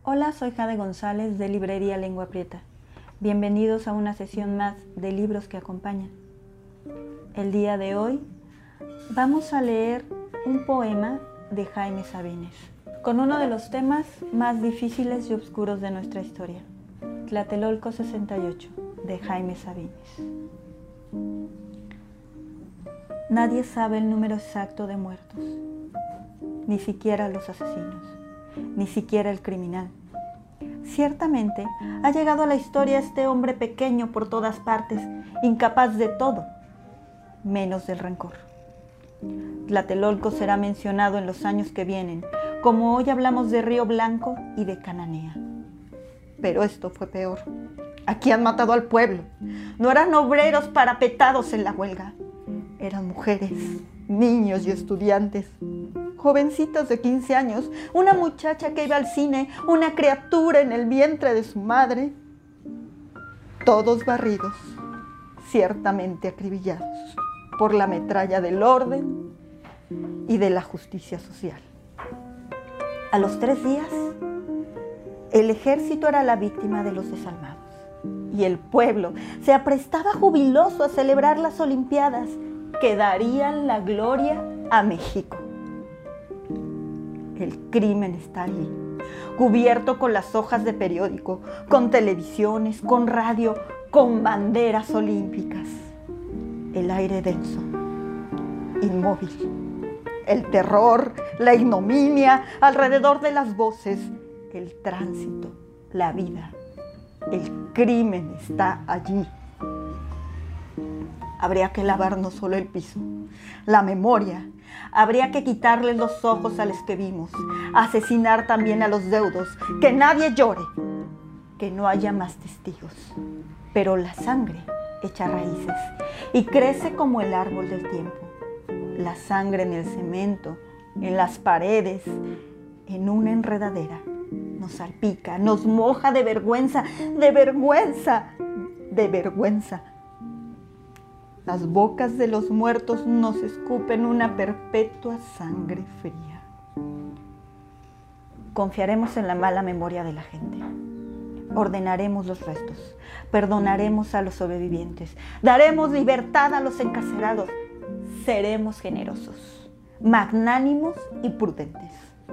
Hola, soy Jade González de Librería Lengua Prieta. Bienvenidos a una sesión más de libros que acompañan. El día de hoy vamos a leer un poema de Jaime Sabines, con uno de los temas más difíciles y oscuros de nuestra historia, Tlatelolco 68, de Jaime Sabines. Nadie sabe el número exacto de muertos, ni siquiera los asesinos, ni siquiera el criminal. Ciertamente ha llegado a la historia este hombre pequeño por todas partes, incapaz de todo, menos del rencor. Tlatelolco será mencionado en los años que vienen, como hoy hablamos de Río Blanco y de Cananea. Pero esto fue peor. Aquí han matado al pueblo. No eran obreros parapetados en la huelga. Eran mujeres, niños y estudiantes, jovencitos de 15 años, una muchacha que iba al cine, una criatura en el vientre de su madre. Todos barridos, ciertamente acribillados por la metralla del orden y de la justicia social. A los 3 días, el ejército era la víctima de los desalmados y el pueblo se aprestaba jubiloso a celebrar las Olimpiadas que darían la gloria a México. El crimen está allí, cubierto con las hojas de periódico, con televisiones, con radio, con banderas olímpicas. El aire denso, inmóvil, el terror, la ignominia alrededor de las voces, el tránsito, la vida. El crimen está allí. Habría que lavar no solo el piso, la memoria. Habría que quitarles los ojos a los que vimos, asesinar también a los deudos, que nadie llore, que no haya más testigos. Pero la sangre echa raíces y crece como el árbol del tiempo. La sangre en el cemento, en las paredes, en una enredadera, nos salpica, nos moja de vergüenza, de vergüenza, de vergüenza. Las bocas de los muertos nos escupen una perpetua sangre fría. Confiaremos en la mala memoria de la gente. Ordenaremos los restos. Perdonaremos a los sobrevivientes. Daremos libertad a los encarcelados. Seremos generosos, magnánimos y prudentes.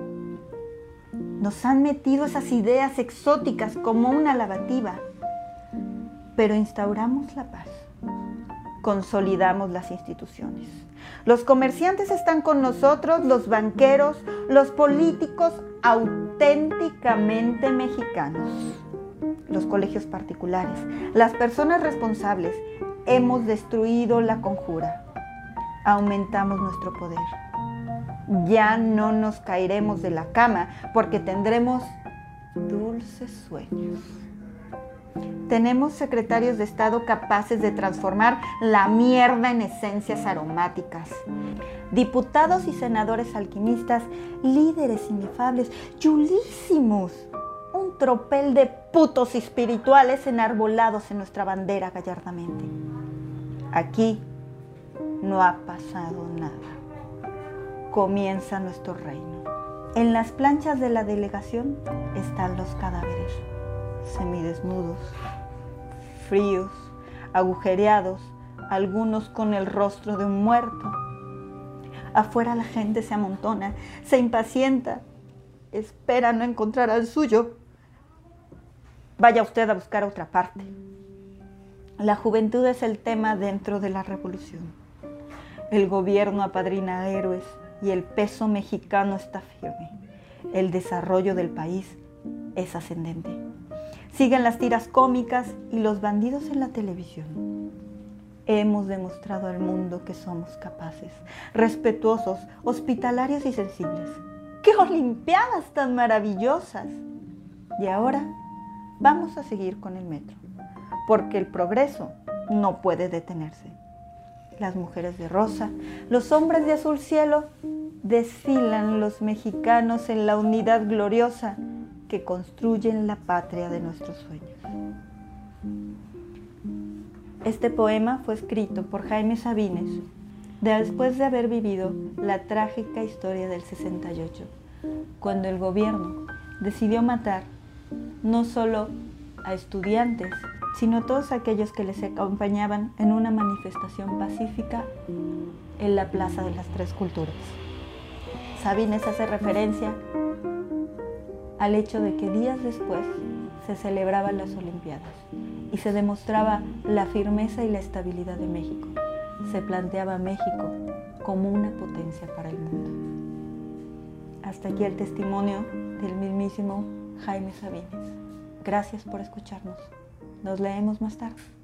Nos han metido esas ideas exóticas como una lavativa, pero instauramos la paz. Consolidamos las instituciones. Los comerciantes están con nosotros, los banqueros, los políticos auténticamente mexicanos, los colegios particulares, las personas responsables. Hemos destruido la conjura. Aumentamos nuestro poder. Ya no nos caeremos de la cama porque tendremos dulces sueños. Tenemos secretarios de Estado capaces de transformar la mierda en esencias aromáticas. Diputados y senadores alquimistas, líderes inefables, chulísimos. Un tropel de putos espirituales enarbolados en nuestra bandera gallardamente. Aquí no ha pasado nada. Comienza nuestro reino. En las planchas de la delegación están los cadáveres, semidesnudos, fríos, agujereados, algunos con el rostro de un muerto. Afuera la gente se amontona, se impacienta, espera no encontrar al suyo. Vaya usted a buscar otra parte. La juventud es el tema dentro de la revolución. El gobierno apadrina héroes y el peso mexicano está firme. El desarrollo del país es ascendente. Siguen las tiras cómicas y los bandidos en la televisión. Hemos demostrado al mundo que somos capaces, respetuosos, hospitalarios y sensibles. ¡Qué olimpiadas tan maravillosas! Y ahora vamos a seguir con el metro, porque el progreso no puede detenerse. Las mujeres de rosa, los hombres de azul cielo, desfilan los mexicanos en la unidad gloriosa que construyen la patria de nuestros sueños. Este poema fue escrito por Jaime Sabines después de haber vivido la trágica historia del 68, cuando el gobierno decidió matar no solo a estudiantes, sino a todos aquellos que les acompañaban en una manifestación pacífica en la Plaza de las Tres Culturas. Sabines hace referencia al hecho de que días después se celebraban las Olimpiadas y se demostraba la firmeza y la estabilidad de México. Se planteaba a México como una potencia para el mundo. Hasta aquí el testimonio del mismísimo Jaime Sabines. Gracias por escucharnos. Nos leemos más tarde.